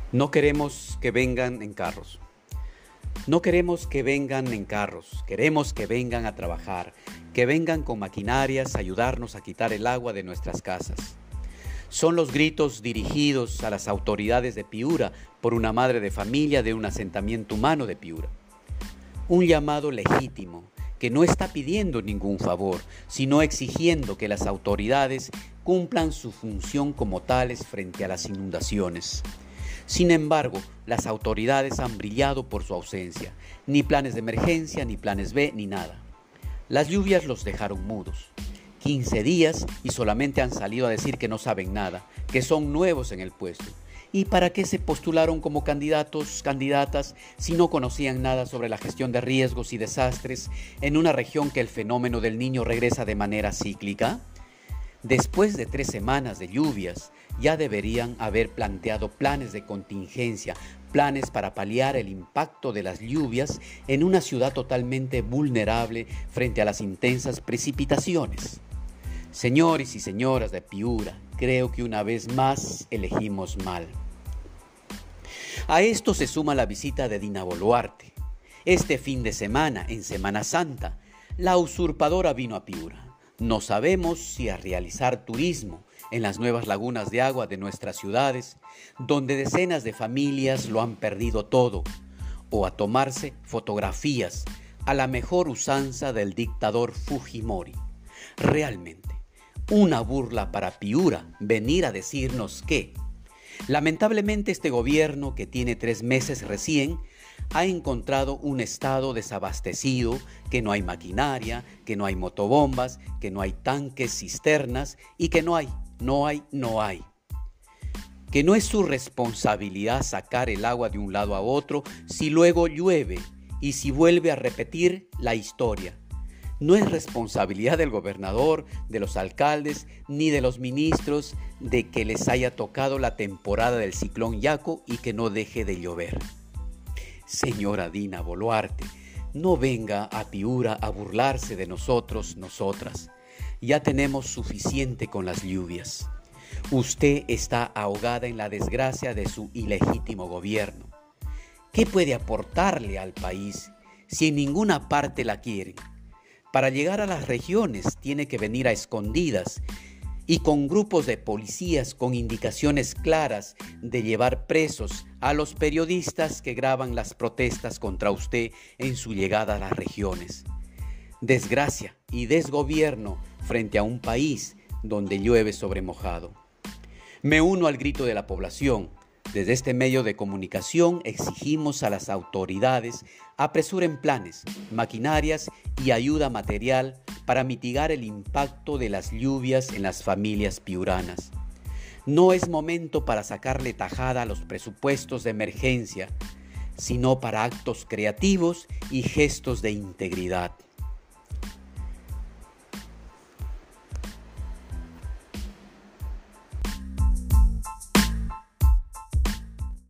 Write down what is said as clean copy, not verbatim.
No queremos que vengan en carros. No queremos que vengan en carros. Queremos que vengan a trabajar, que vengan con maquinarias a ayudarnos a quitar el agua de nuestras casas. Son los gritos dirigidos a las autoridades de Piura por una madre de familia de un asentamiento humano de Piura. Un llamado legítimo que no está pidiendo ningún favor, sino exigiendo que las autoridades cumplan su función como tales frente a las inundaciones. Sin embargo, las autoridades han brillado por su ausencia, ni planes de emergencia, ni planes B, ni nada. Las lluvias los dejaron mudos. 15 días y solamente han salido a decir que no saben nada, que son nuevos en el puesto. ¿Y para qué se postularon como candidatas, si no conocían nada sobre la gestión de riesgos y desastres en una región que el fenómeno del Niño regresa de manera cíclica? Después de 3 semanas de lluvias, ya deberían haber planteado planes de contingencia, planes para paliar el impacto de las lluvias en una ciudad totalmente vulnerable frente a las intensas precipitaciones. Señores y señoras de Piura, creo que una vez más elegimos mal. A esto se suma la visita de Dina Boluarte. Este fin de semana, en Semana Santa, la usurpadora vino a Piura. No sabemos si a realizar turismo en las nuevas lagunas de agua de nuestras ciudades, donde decenas de familias lo han perdido todo, o a tomarse fotografías a la mejor usanza del dictador Fujimori. Realmente, una burla para Piura venir a decirnos que, lamentablemente, este gobierno, que tiene 3 meses recién, ha encontrado un estado desabastecido, que no hay maquinaria, que no hay motobombas, que no hay tanques, cisternas y que no hay. Que no es su responsabilidad sacar el agua de un lado a otro si luego llueve y si vuelve a repetir la historia. No es responsabilidad del gobernador, de los alcaldes, ni de los ministros de que les haya tocado la temporada del ciclón Yaku y que no deje de llover. Señora Dina Boluarte, no venga a Piura a burlarse de nosotros, nosotras. Ya tenemos suficiente con las lluvias. Usted está ahogada en la desgracia de su ilegítimo gobierno. ¿Qué puede aportarle al país si en ninguna parte la quieren? Para llegar a las regiones tiene que venir a escondidas y con grupos de policías con indicaciones claras de llevar presos a los periodistas que graban las protestas contra usted en su llegada a las regiones. Desgracia y desgobierno frente a un país donde llueve sobre mojado. Me uno al grito de la población. Desde este medio de comunicación exigimos a las autoridades apresuren planes, maquinarias y ayuda material para mitigar el impacto de las lluvias en las familias piuranas. No es momento para sacarle tajada a los presupuestos de emergencia, sino para actos creativos y gestos de integridad.